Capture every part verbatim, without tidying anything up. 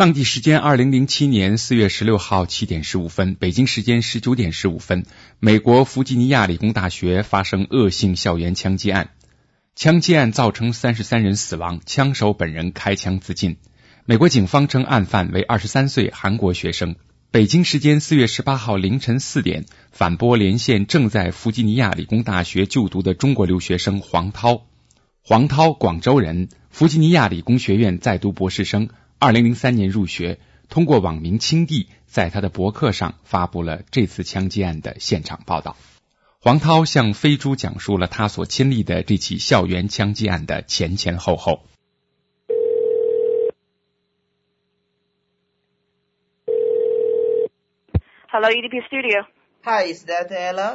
当地时间二零零七年四月十六号七点十五分，北京时间十九点十五分，美国弗吉尼亚理工大学发生恶性校园枪击案。枪击案造成三十三人死亡，枪手本人开枪自尽。美国警方称案犯为二十三岁韩国学生。北京时间四月十八号凌晨四点，反拨连线正在弗吉尼亚理工大学就读的中国留学生黄涛。黄涛，广州人，弗吉尼亚理工学院在读博士生，二零零三年入学，通过网名青帝在他的博客上发布了这次枪击案的现场报道。黄涛向飞猪讲述了他所亲历的这起校园枪击案的前前后后。 Hello, E D P Studio. Hi, is that Ella?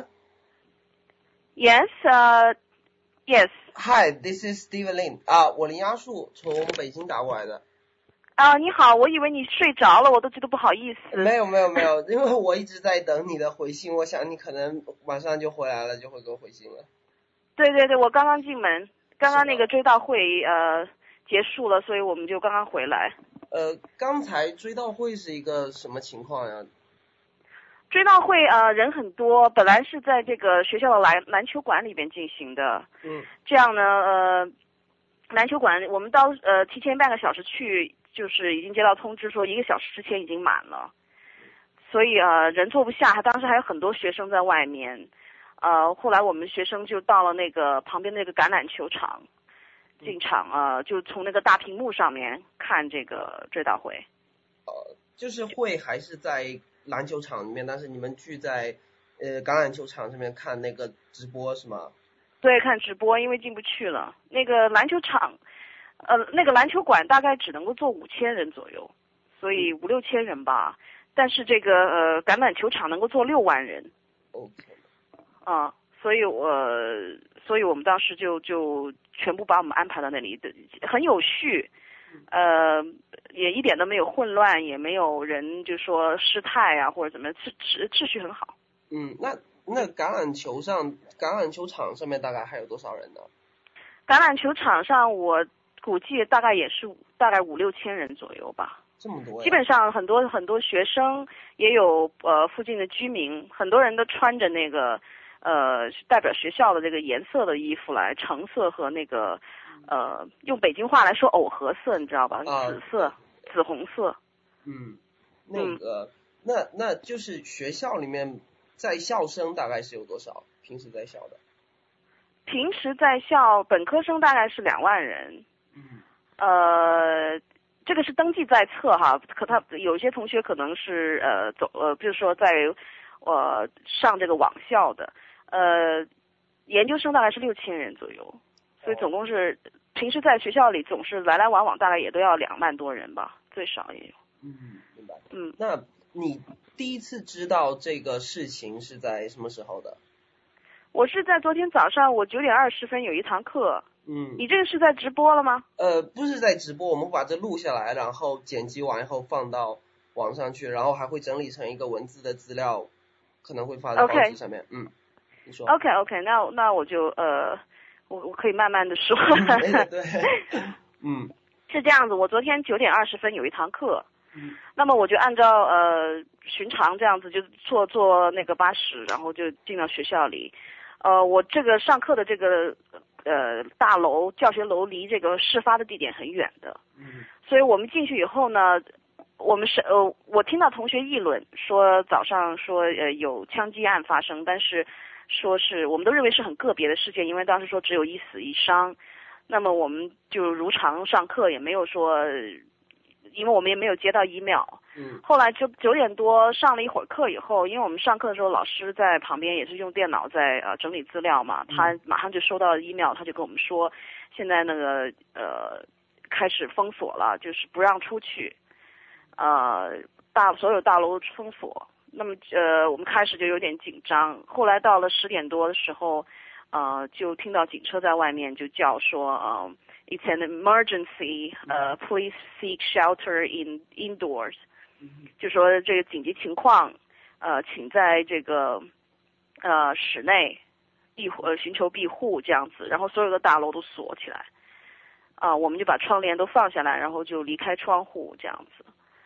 Yes, uh, yes. Hi, this is Steven Lin. 啊，我林亚树从北京打过来的。 啊，你好，我以为你睡着了，我都觉得不好意思。 没有没有没有，因为我一直在等你的回信，我想你可能马上就回来了，就会给我回信了。 对对对，我刚刚进门，刚刚那个追悼会呃结束了，所以我们就刚刚回来。 呃，刚才追悼会是一个什么情况呀？ 追悼会呃人很多，本来是在这个学校的篮篮球馆里边进行的。 嗯。 这样呢，呃，篮球馆我们到呃提前半个小时去，就是已经接到通知说一个小时之前已经满了，所以呃人坐不下，当时还有很多学生在外面。呃，后来我们学生就到了那个旁边那个橄榄球场，进场呃就从那个大屏幕上面看这个追悼会。 呃，就是会还是在篮球场里面，但是你们聚在呃橄榄球场上面看那个直播是吗？ 对，看直播，因为进不去了。那个篮球场，呃，那个篮球馆大概只能够坐五千人左右，所以五六千人吧。但是这个呃橄榄球场能够坐六万人。 OK。 啊，所以我，所以我们当时就就全部把我们安排到那里，很有序，呃，也一点都没有混乱，也没有人就说失态啊或者怎么样，秩秩秩序很好。 嗯，那那橄榄球上橄榄球场上面大概还有多少人呢？ 橄榄球场上我估计大概也是大概五六千人左右吧。 这么多呀？ 基本上很多很多学生，也有呃附近的居民，很多人都穿着那个呃代表学校的这个颜色的衣服来，橙色和那个呃用北京话来说藕荷色，你知道吧？ 啊、 紫色、紫红色。 嗯，那个、嗯、那那就是学校里面在校生大概是有多少？平时在校的？ 平时在校本科生大概是两万人。 嗯。 呃。这个是登记在册哈，可他有些同学可能是呃走呃，比如说在呃上这个网校的，呃研究生大概是六千人左右，所以总共是平时在学校里总是来来往往大概也都要两万多人吧，最少也有。 嗯，明白。 嗯， 那你第一次知道这个事情是在什么时候的？ 我是在昨天早上，我九点二十分有一堂课。 嗯， 你这个是在直播了吗？ 呃，不是在直播，我们把这录下来，然后剪辑完以后放到网上去，然后还会整理成一个文字的资料，可能会发在报纸上面。Okay. 嗯，你说。 OK OK， 那那我就呃，我我可以慢慢的说。 嗯、对，嗯， 是这样子，我昨天九点二十分有一堂课， 嗯， 那么我就按照呃寻常这样子就坐坐那个巴士，然后就进到学校里。呃，我这个上课的这个呃大楼教学楼离这个事发的地点很远的， 嗯， 所以我们进去以后呢，我们是呃我听到同学议论说早上说呃有枪击案发生，但是说是我们都认为是很个别的事件，因为当时说只有一死一伤，那么我们就如常上课，也没有说，因为我们也没有接到 email。 嗯， 后来就九点多上了一会儿课以后，因为我们上课的时候老师在旁边也是用电脑在呃整理资料嘛，他马上就收到 email， 他就跟我们说，现在那个呃开始封锁了，就是不让出去，呃大所有大楼封锁。那么呃我们开始就有点紧张，后来到了十点多的时候，呃就听到警车在外面就叫说呃 it's an emergency， 呃 please seek shelter in indoors。就说这个紧急情况，呃，请在这个呃室内庇护，呃寻求庇护这样子，然后所有的大楼都锁起来，啊、呃，我们就把窗帘都放下来，然后就离开窗户这样子。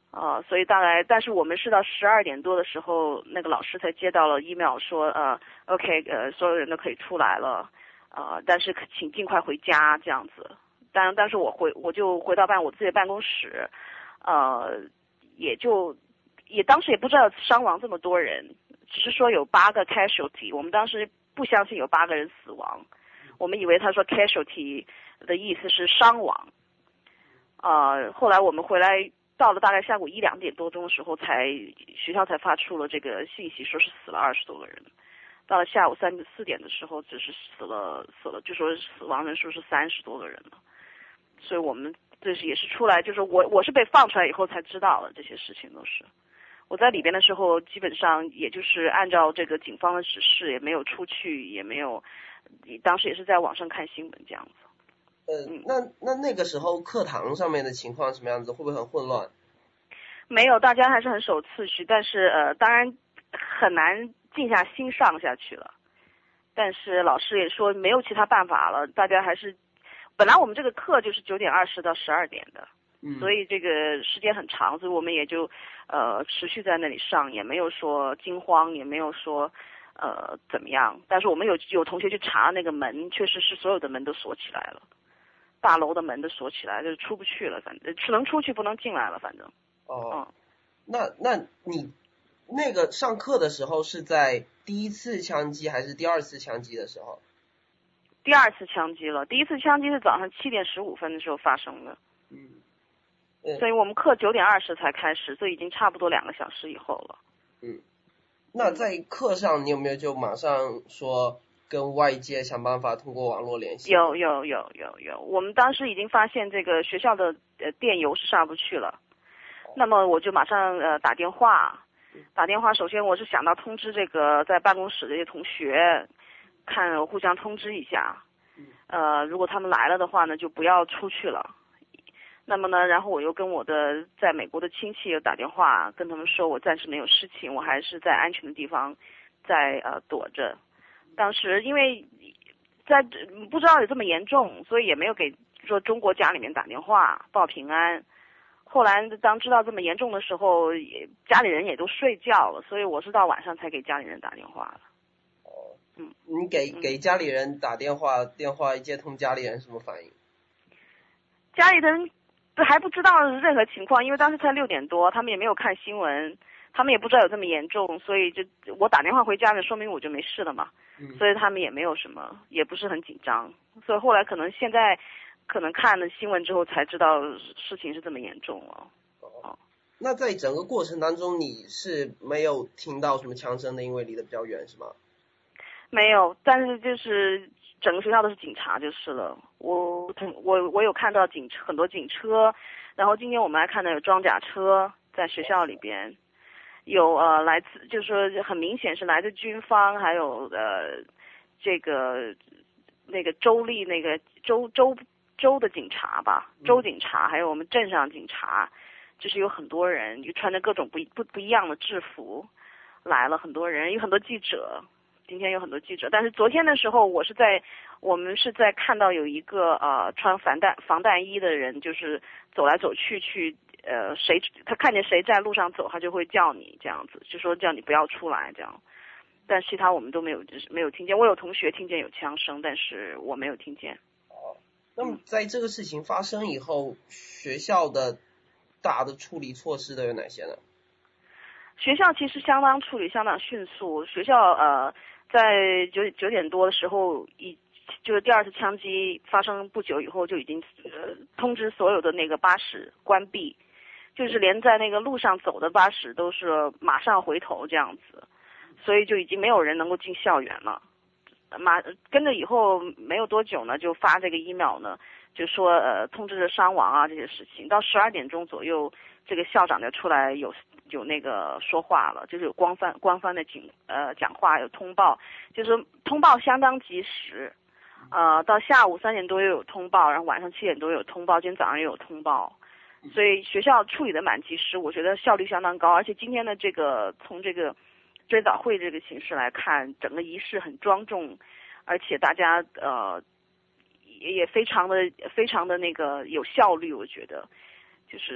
呃，所以大概，但是我们是到十二点多的时候，那个老师才接到了 email 说，呃 ，OK， 呃，所有人都可以出来了，呃，但是请尽快回家这样子。但但是我回我就回到办我自己的办公室，呃，也就也当时也不知道伤亡这么多人，只是说有八个 casualty， 我们当时不相信有八个人死亡，我们以为他说 casualty 的意思是伤亡。呃，后来我们回来到了大概下午一两点多钟的时候才，学校才发出了这个信息，说是死了二十多个人。到了下午三四点的时候，只是死了死了，就说死亡人数是三十多个人了。所以我们这是也是出来，就是我我是被放出来以后才知道了这些事情都是。我在里边的时候，基本上也就是按照这个警方的指示，也没有出去，也没有，当时也是在网上看新闻这样子。 呃，那那那个时候课堂上面的情况什么样子？会不会很混乱？ 没有，大家还是很守秩序，但是呃，当然很难静下心上下去了。但是老师也说没有其他办法了，大家还是，本来我们这个课就是九点二十到十二点的， 嗯， 所以这个时间很长，所以我们也就呃持续在那里上，也没有说惊慌，也没有说呃怎么样。但是我们有有同学去查那个门，确实是所有的门都锁起来了。大楼的门都锁起来，就是出不去了，反正只能出去不能进来了，反正。 哦， 嗯， 那那你那个上课的时候是在第一次枪击还是第二次枪击的时候？ 第二次枪击了，第一次枪击是早上七点十五分的时候发生的。 嗯，嗯， 所以我们课九点二十才开始，所以已经差不多两个小时以后了。 嗯，那在课上你有没有就马上说跟外界想办法通过网络联系？ 有有有有有，我们当时已经发现这个学校的呃电邮是上不去了，那么我就马上呃打电话，打电话首先我是想到通知这个在办公室的这些同学，看互相通知一下，呃如果他们来了的话呢就不要出去了。那么呢，然后我又跟我的在美国的亲戚又打电话，跟他们说我暂时没有事情，我还是在安全的地方在呃躲着。当时因为在不知道有这么严重，所以也没有给说中国家里面打电话报平安。后来当知道这么严重的时候，也家里人也都睡觉了，所以我是到晚上才给家里人打电话的。 哦， 嗯， 你给给家里人打电话，电话一接通，家里人什么反应？ 家里人还不知道任何情况，因为当时才六点多，他们也没有看新闻，他们也不知道有这么严重，所以就我打电话回家呢，说明我就没事了嘛， 嗯， 所以他们也没有什么，也不是很紧张，所以后来可能现在可能看了新闻之后才知道事情是这么严重了。 哦，那在整个过程当中你是没有听到什么枪声的，因为离得比较远是吗？ 没有，但是就是整个学校都是警察就是了。我我我有看到警很多警车，然后今天我们还看到有装甲车在学校里边，有呃来自就是说很明显是来自军方，还有呃这个那个州立那个州州州的警察吧，州警察，还有我们镇上警察，就是有很多人就穿着各种不不不一样的制服来了，很多人，有很多记者。今天有很多记者，但是昨天的时候，我是在我们是在看到有一个呃穿防弹防弹衣的人，就是走来走去去呃谁他看见谁在路上走，他就会叫你这样子，就说叫你不要出来这样。但其他我们都没有没有听见，我有同学听见有枪声，但是我没有听见。 哦，那么在这个事情发生以后，学校的大的处理措施都有哪些呢？ 学校其实相当处理相当迅速，学校呃。在九九点多的时候，一就是第二次枪击发生不久以后，就已经呃通知所有的那个巴士关闭，就是连在那个路上走的巴士都是马上回头这样子，所以就已经没有人能够进校园了。马跟着以后没有多久呢，就发这个 email 呢，就说呃通知着伤亡啊这些事情。到十二点钟左右，这个校长就出来有。有那个说话了，就是有官方官方的警呃讲话，有通报，就是通报相当及时，呃，到下午三点多又有通报，然后晚上七点多又有通报，今天早上又有通报，所以学校处理的蛮及时，我觉得效率相当高，而且今天的这个从这个追悼会这个形式来看，整个仪式很庄重，而且大家呃也也非常的非常的那个有效率，我觉得就是。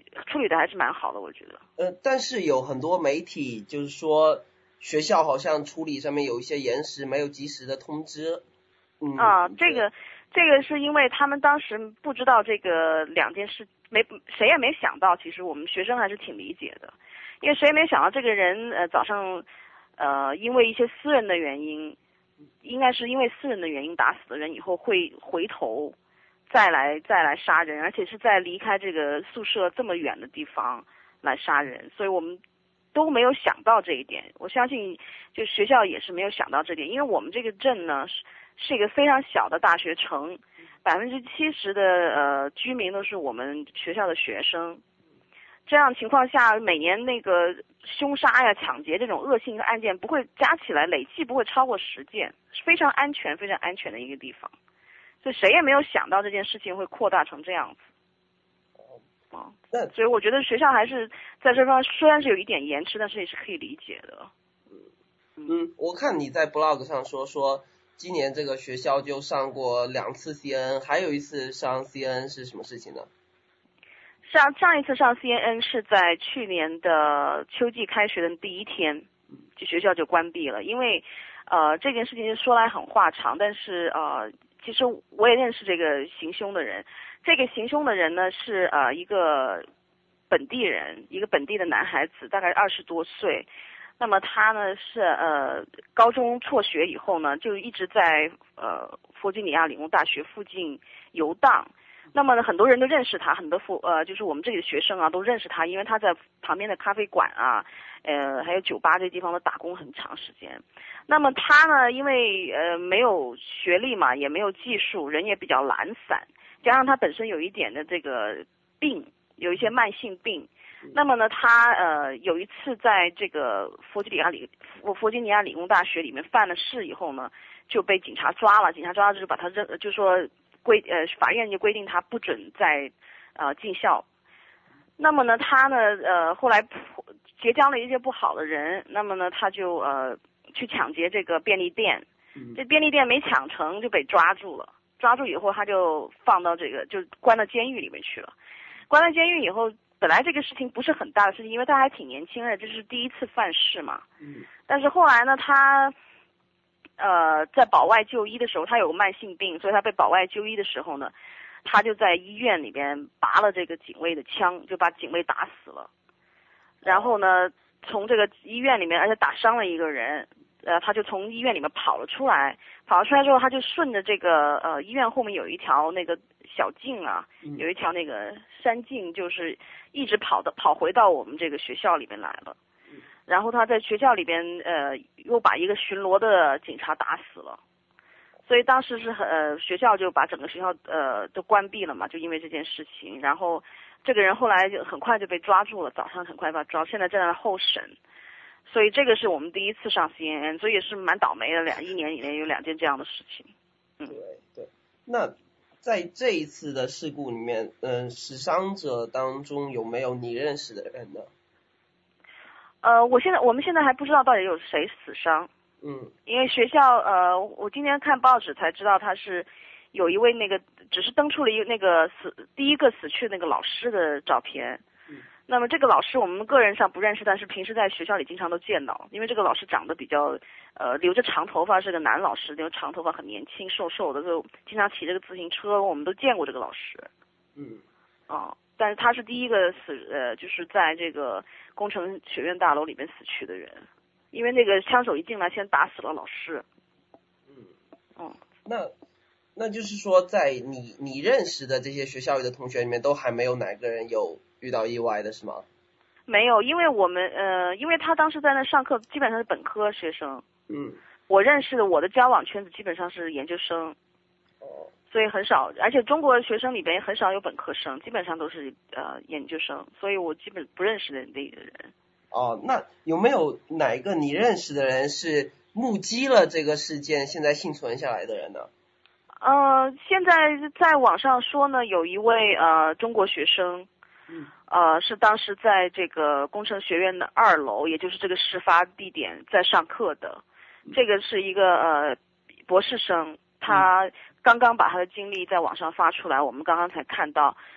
处理的还是蛮好的，我觉得。 呃，但是有很多媒体就是说学校好像处理上面有一些延时，没有及时的通知。嗯啊，这个这个是因为他们当时不知道这个两件事，没谁也没想到，其实我们学生还是挺理解的，因为谁也没想到这个人呃早上呃因为一些私人的原因，应该是因为私人的原因打死的人以后会回头再来再来杀人，而且是在离开这个宿舍这么远的地方来杀人，所以我们都没有想到这一点。我相信就学校也是没有想到这点，因为我们这个镇呢是是一个非常小的大学城，百分之七十的呃居民都是我们学校的学生。这样情况下，每年那个凶杀呀、抢劫这种恶性的案件不会加起来累计不会超过十件，是非常安全、非常安全的一个地方。所以谁也没有想到这件事情会扩大成这样子。啊，所以我觉得学校还是在这方虽然是有一点延迟，但是也是可以理解的。 嗯，我看你在 blog 上说说今年这个学校就上过两次 C N N， 还有一次上 C N N 是什么事情呢？ 上上一次上 C N N 是在去年的秋季开学的第一天，就学校就关闭了。因为呃这件事情说来很话长，但是呃其实我也认识这个行凶的人。这个行凶的人呢是呃一个本地人，一个本地的男孩子，大概二十多岁。那么他呢是呃高中辍学以后呢，就一直在呃弗吉尼亚理工大学附近游荡。那么呢，很多人都认识他，很多附呃就是我们这里的学生啊都认识他，因为他在旁边的咖啡馆啊，呃还有酒吧这些地方都打工很长时间。那么他呢，因为呃没有学历嘛，也没有技术，人也比较懒散，加上他本身有一点的这个病，有一些慢性病。那么呢，他呃有一次在这个弗吉尼亚理弗弗吉尼亚理工大学里面犯了事以后呢，就被警察抓了。警察抓了就把他扔，就说规呃法院就规定他不准再呃进校。那么呢，他呢呃后来结交了一些不好的人，那么呢他就呃去抢劫这个便利店，这便利店没抢成就被抓住了。抓住以后他就放到这个就关到监狱里面去了。关到监狱以后。本来这个事情不是很大的事情，因为他还挺年轻的，这是第一次犯事嘛。嗯。但是后来呢，他呃在保外就医的时候，他有个慢性病，所以他被保外就医的时候呢，他就在医院里边拔了这个警卫的枪，就把警卫打死了。然后呢，从这个医院里面，而且打伤了一个人，呃，他就从医院里面跑了出来。跑了出来之后，他就顺着这个呃医院后面有一条那个小径啊，有一条那个山径，就是一直跑的跑回到我们这个学校里面来了。然后他在学校里边呃又把一个巡逻的警察打死了。所以当时是很呃学校就把整个学校呃都关闭了嘛，就因为这件事情。然后这个人后来就很快就被抓住了，早上很快把他抓，现在正在候审。所以这个是我们第一次上 C N N， 所以也是蛮倒霉的，两一年以内有两件这样的事情。嗯， 对对。那在这一次的事故里面，嗯、呃，死伤者当中有没有你认识的人呢？ 呃，我现在我们现在还不知道到底有谁死伤。 嗯。因为学校呃，我今天看报纸才知道他是有一位那个只是登出了一个那个死第一个死去的那个老师的照片。那么这个老师我们个人上不认识，但是平时在学校里经常都见到，因为这个老师长得比较呃留着长头发，是个男老师，留长头发，很年轻，瘦瘦的，就经常骑这个自行车，我们都见过这个老师。 嗯。 啊，但是他是第一个死呃就是在这个工程学院大楼里面死去的人，因为那个枪手一进来先打死了老师。 嗯。嗯。那那就是说在你你认识的这些学校里的同学里面都还没有哪个人有遇到意外的是吗？ 没有，因为我们呃，因为他当时在那上课，基本上是本科学生。 嗯。 我认识的我的交往圈子基本上是研究生。 哦。 所以很少，而且中国学生里边也很少有本科生，基本上都是呃研究生，所以我基本不认识的那个人。 哦，那有没有哪一个你认识的人是目击了这个事件，现在幸存下来的人呢？ 呃，现在在网上说呢，有一位呃中国学生， 嗯， 呃是当时在这个工程学院的二楼，也就是这个事发地点在上课的，这个是一个呃博士生，他刚刚把他的经历在网上发出来，我们刚刚才看到。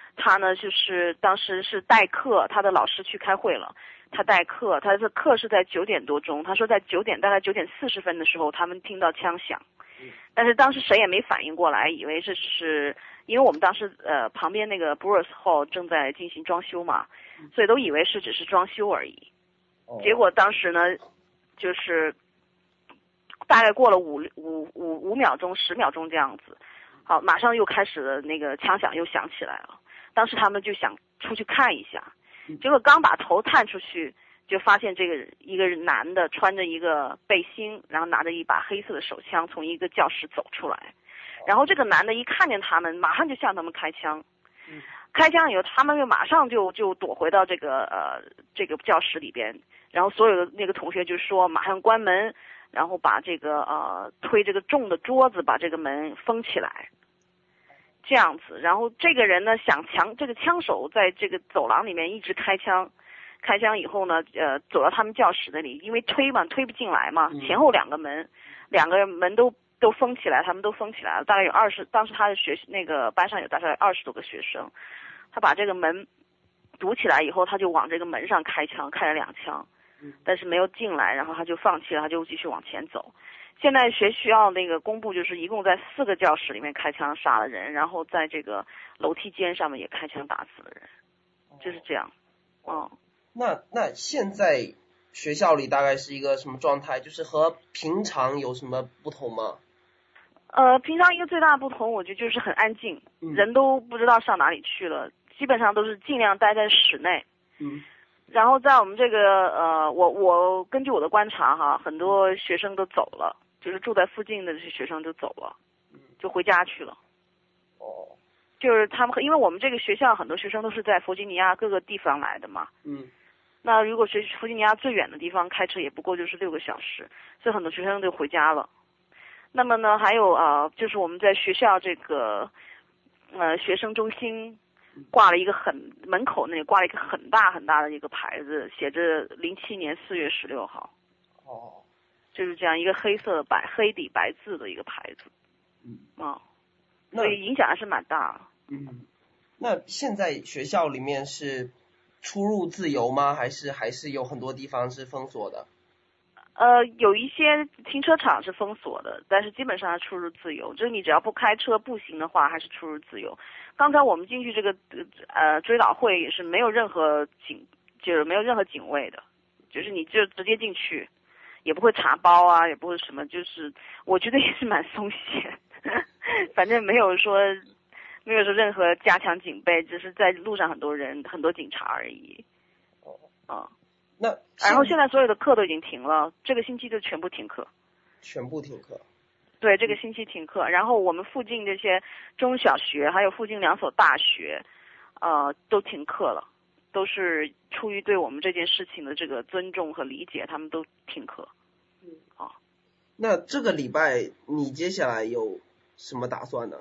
他呢就是当时是代课，他的老师去开会了，他代课，他的课是在九点多钟，他说在九点大概九点四十分的时候，他们听到枪响，但是当时谁也没反应过来，以为这是因为我们当时呃旁边那个 Bruce Hall 正在进行装修嘛，所以都以为是只是装修而已。结果当时呢，就是大概过了五五五五秒钟、十秒钟这样子，好，马上又开始了那个枪响又响起来了。当时他们就想出去看一下，结果刚把头探出去，就发现这个一个男的穿着一个背心，然后拿着一把黑色的手枪从一个教室走出来，然后这个男的一看见他们，马上就向他们开枪。开枪以后，他们又马上就就躲回到这个呃这个教室里边，然后所有的那个同学就说马上关门，然后把这个呃推这个重的桌子把这个门封起来。这样子，然后这个人呢想枪，这个枪手在这个走廊里面一直开枪，开枪以后呢，呃，走到他们教室那里，因为推嘛，推不进来嘛，前后两个门，两个门都都封起来，他们都封起来了，大概有二十，当时他的学那个班上有大概二十多个学生，他把这个门堵起来以后，他就往这个门上开枪，开了两枪，但是没有进来，然后他就放弃了，他就继续往前走。现在学校那个公布就是一共在四个教室里面开枪杀了人，然后在这个楼梯间上面也开枪打死了人，就是这样。哦， 那那现在学校里大概是一个什么状态？就是和平常有什么不同吗？ 呃，平常一个最大的不同，我觉得就是很安静， 嗯、 人都不知道上哪里去了，基本上都是尽量待在室内。 嗯。 然后在我们这个呃，我我根据我的观察哈，很多学生都走了。就是住在附近的这些学生就走了，就回家去了。 哦， 就是他们，因为我们这个学校很多学生都是在弗吉尼亚各个地方来的嘛。 嗯。 那如果是弗吉尼亚最远的地方，开车也不过就是六个小时，所以很多学生就回家了。那么呢，还有啊、呃，就是我们在学校这个呃学生中心挂了一个很门口那里挂了一个很大很大的一个牌子，写着零七年四月十六号。 哦。 就是这样一个黑色的白黑底白字的一个牌子， 嗯， 啊，所以影响还是蛮大的。 嗯，那现在学校里面是出入自由吗？还是还是有很多地方是封锁的？ 呃，有一些停车场是封锁的，但是基本上出入自由。就是你只要不开车步行的话，还是出入自由。刚才我们进去这个呃追悼会也是没有任何警，就是没有任何警卫的，就是你就直接进去。也不会查包啊，也不会什么，就是我觉得也是蛮松懈，反正没有说没有说任何加强警备，只是在路上很多人很多警察而已。 哦， 啊， 那然后现在所有的课都已经停了，这个星期就全部停课。 全部停课。 对，这个星期停课。然后我们附近这些中小学，还有附近两所大学，呃，都停课了。都是出于对我们这件事情的这个尊重和理解，他们都停课。 嗯， 啊， 那这个礼拜你接下来有什么打算呢？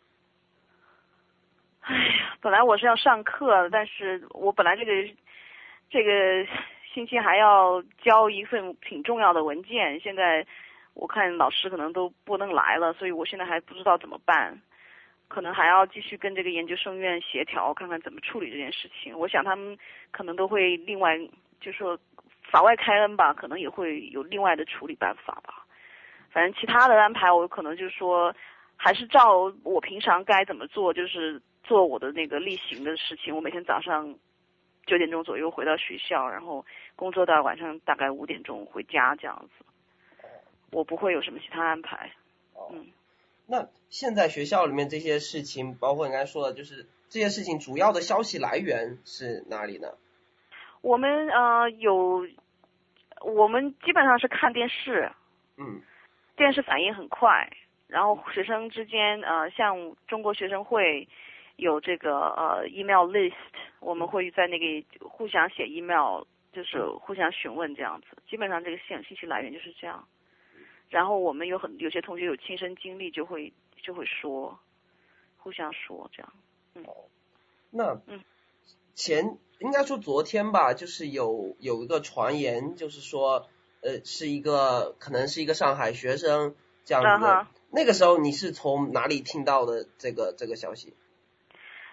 哎呀，本来我是要上课，但是我本来这个这个星期还要交一份挺重要的文件，现在我看老师可能都不能来了，所以我现在还不知道怎么办。可能还要继续跟这个研究生院协调，看看怎么处理这件事情。我想他们可能都会另外，就说法外开恩吧，可能也会有另外的处理办法吧。反正其他的安排，我可能就是说，还是照我平常该怎么做，就是做我的那个例行的事情。我每天早上九点钟左右回到学校，然后工作到晚上大概五点钟回家这样子。我不会有什么其他安排。嗯。 那现在学校里面这些事情，包括你刚才说的，就是这些事情主要的消息来源是哪里呢？ 我们呃有，我们基本上是看电视， 嗯， 电视反应很快，然后学生之间呃像中国学生会有这个呃 email list， 我们会在那个互相写 email， 就是互相询问这样子，基本上这个信信息来源就是这样。然后我们有很有些同学有亲身经历，就会就会说，互相说这样。嗯。 那嗯， 前应该说昨天吧，就是有有一个传言，就是说呃是一个可能是一个上海学生这样子的。Uh-huh. 那个时候你是从哪里听到的这个这个消息？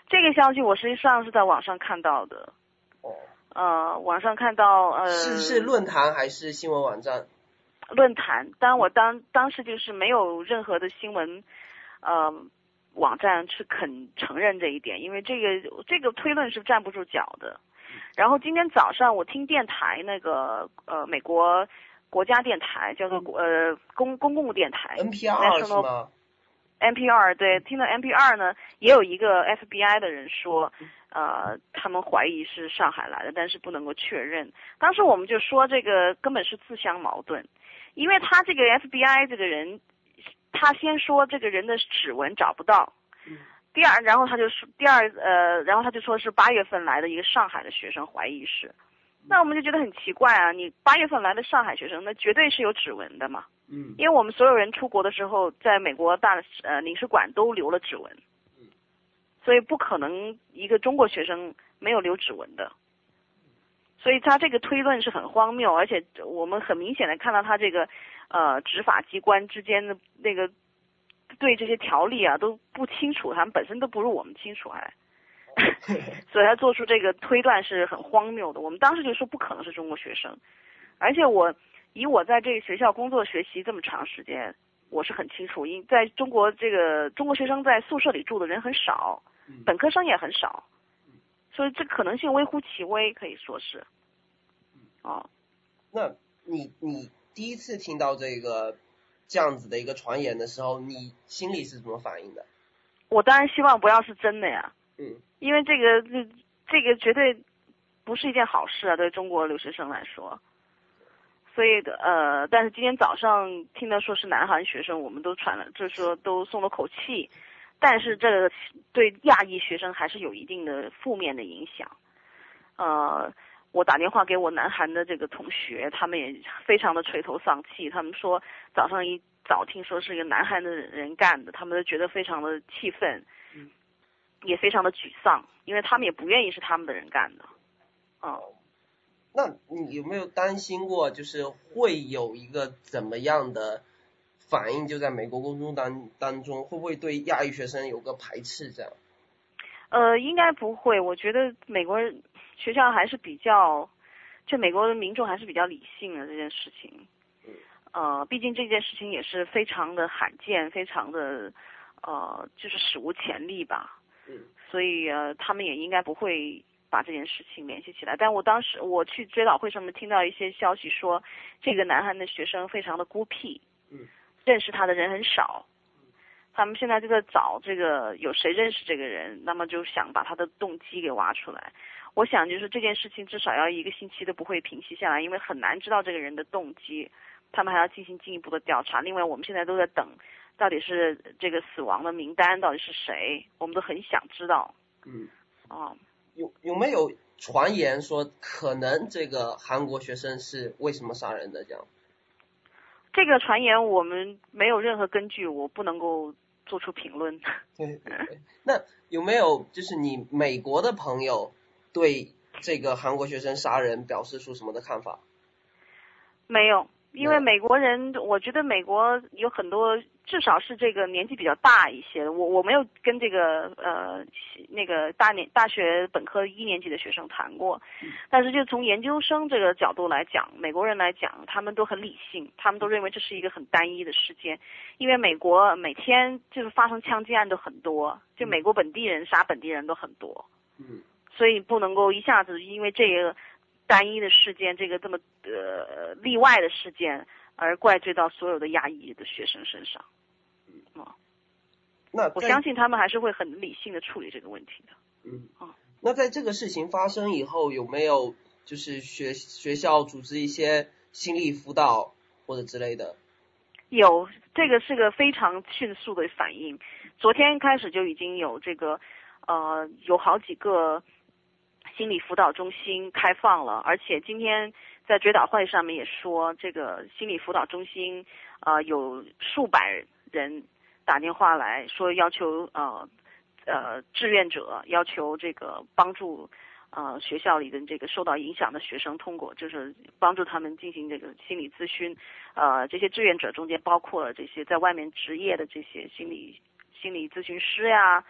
这个消息我实际上是在网上看到的。 哦。 呃，网上看到呃。 是是论坛还是新闻网站？ 论坛，当然我当当时就是没有任何的新闻，呃，网站是肯承认这一点，因为这个这个推论是站不住脚的。然后今天早上我听电台那个呃美国国家电台叫做呃公公共电台 N P R 是吗 ？N P R 对，听到 N P R 呢，也有一个 F B I 的人说，呃，他们怀疑是上海来的，但是不能够确认。当时我们就说这个根本是自相矛盾。因为他这个 F B I 这个人，他先说这个人的指纹找不到，第二，然后他就说第二呃，然后他就说是八月份来的一个上海的学生怀疑是，那我们就觉得很奇怪啊，你八月份来的上海学生，那绝对是有指纹的嘛， 嗯， 因为我们所有人出国的时候，在美国大呃领事馆都留了指纹， 嗯， 所以不可能一个中国学生没有留指纹的。所以他这个推论是很荒谬，而且我们很明显的看到他这个，呃，执法机关之间的那个对这些条例啊都不清楚，他们本身都不如我们清楚还，所以他做出这个推断是很荒谬的。我们当时就说不可能是中国学生，而且我以我在这个学校工作学习这么长时间，我是很清楚，因在中国这个中国学生在宿舍里住的人很少，本科生也很少。所以这可能性微乎其微，可以说是。哦， 那你你第一次听到这个这样子的一个传言的时候，你心里是怎么反应的？ 我当然希望不要是真的呀。 嗯。 因为这个这这个绝对不是一件好事啊，对中国留学生来说。所以呃，但是今天早上听到说是南韩学生，我们都传了，就是说都松了口气。但是这个对亚裔学生还是有一定的负面的影响。呃，我打电话给我南韩的这个同学，他们也非常的垂头丧气。他们说早上一早听说是一个南韩的人干的，他们都觉得非常的气愤，也非常的沮丧，因为他们也不愿意是他们的人干的。嗯。 那你有没有担心过，就是会有一个怎么样的反应，就在美国公众当当中，会不会对亚裔学生有个排斥这样？ 呃，应该不会。我觉得美国学校还是比较，就美国的民众还是比较理性的这件事情。呃，毕竟这件事情也是非常的罕见，非常的呃，就是史无前例吧。 嗯。 所以呃，他们也应该不会把这件事情联系起来。但我当时我去追悼会上面听到一些消息说，这个南韩的学生非常的孤僻， 嗯， 认识他的人很少。他们现在就在找这个有谁认识这个人，那么就想把他的动机给挖出来。我想就是这件事情至少要一个星期都不会平息下来，因为很难知道这个人的动机，他们还要进行进一步的调查。另外我们现在都在等，到底是这个死亡的名单到底是谁，我们都很想知道。 嗯， 哦， 有有没有传言说可能这个韩国学生是为什么杀人的这样？ 这个传言我们没有任何根据，我不能够做出评论。 对对对。那有没有就是你美国的朋友对这个韩国学生杀人表示出什么的看法？ 没有，因为美国人，我觉得美国有很多，至少是这个年纪比较大一些的。我我没有跟这个呃那个大年大学本科一年级的学生谈过，但是就从研究生这个角度来讲，美国人来讲，他们都很理性，他们都认为这是一个很单一的事件，因为美国每天就是发生枪击案都很多，就美国本地人杀本地人都很多， 嗯， 所以不能够一下子因为这个单一的事件，这个这么呃例外的事件而怪罪到所有的亚裔的学生身上。嗯， 那我相信他们还是会很理性的处理这个问题的。 嗯， 啊， 那在这个事情发生以后，有没有就是学学校组织一些心理辅导或者之类的？ 有，这个是个非常迅速的反应。昨天开始就已经有这个呃有好几个心理辅导中心开放了，而且今天在追悼会上面也说，这个心理辅导中心呃有数百人打电话来说要求呃呃志愿者要求这个帮助呃学校里的这个受到影响的学生通过，就是帮助他们进行这个心理咨询。呃这些志愿者中间包括了这些在外面执业的这些心理心理咨询师呀，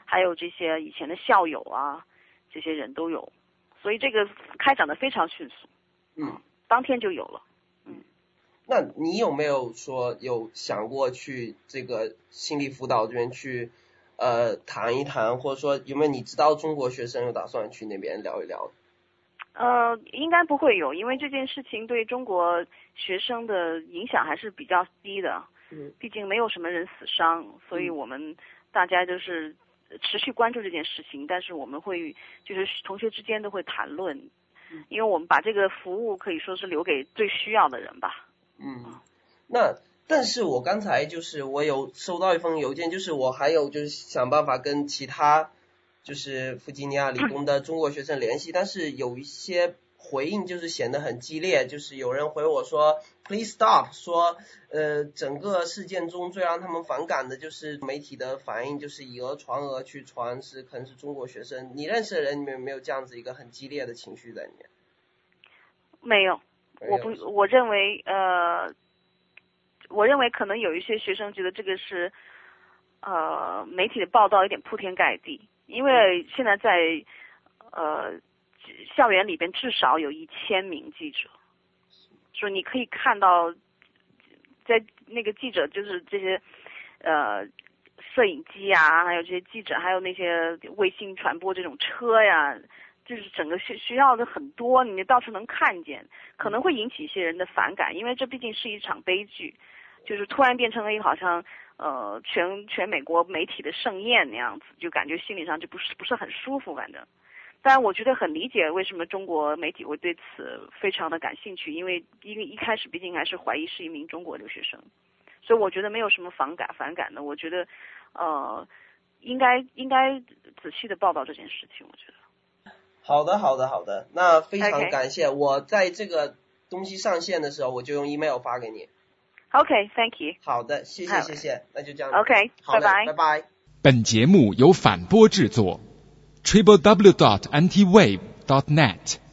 还有这些以前的校友啊，这些人都有，所以这个开展的非常迅速， 嗯， 当天就有了。嗯， 那你有没有说有想过去这个心理辅导这边去呃谈一谈，或者说有没有你知道中国学生有打算去那边聊一聊？ 呃，应该不会有，因为这件事情对中国学生的影响还是比较低的。 嗯， 毕竟没有什么人死伤，所以我们大家都是持续关注这件事情，但是我们会就是同学之间都会谈论，因为我们把这个服务可以说是留给最需要的人吧。 嗯，那但是我刚才就是我有收到一封邮件，就是我还有就是想办法跟其他就是弗吉尼亚理工的中国学生联系，但是有一些回应就是显得很激烈，就是有人回我说 please stop， 说呃整个事件中最让他们反感的就是媒体的反应，就是以讹传讹去传是可能是中国学生。你认识的人里面有没有这样子一个很激烈的情绪在里面？ 没有，我不我认为呃我认为可能有一些学生觉得这个是呃媒体的报道有点铺天盖地，因为现在在呃校园里边至少有一千名记者，说你可以看到在那个记者就是这些呃摄影机啊，还有这些记者，还有那些卫星传播这种车呀，就是整个学学校的很多，你到处能看见，可能会引起一些人的反感，因为这毕竟是一场悲剧，就是突然变成了一个好像呃全全美国媒体的盛宴那样子，就感觉心理上就不是不是很舒服，反正。但我觉得很理解为什么中国媒体会对此非常的感兴趣，因为因为一开始毕竟还是怀疑是一名中国留学生，所以我觉得没有什么反感反感的，我觉得呃应该应该仔细的报道这件事情，我觉得。 好的好的好的，那非常感谢， okay. 我在这个东西上线的时候我就用 email 发给你。 OK, thank you. 好的，谢谢谢谢，那就这样。 OK, 好的，拜拜。 拜拜。 本节目由反播制作 ，triple w dot anti wave dot net。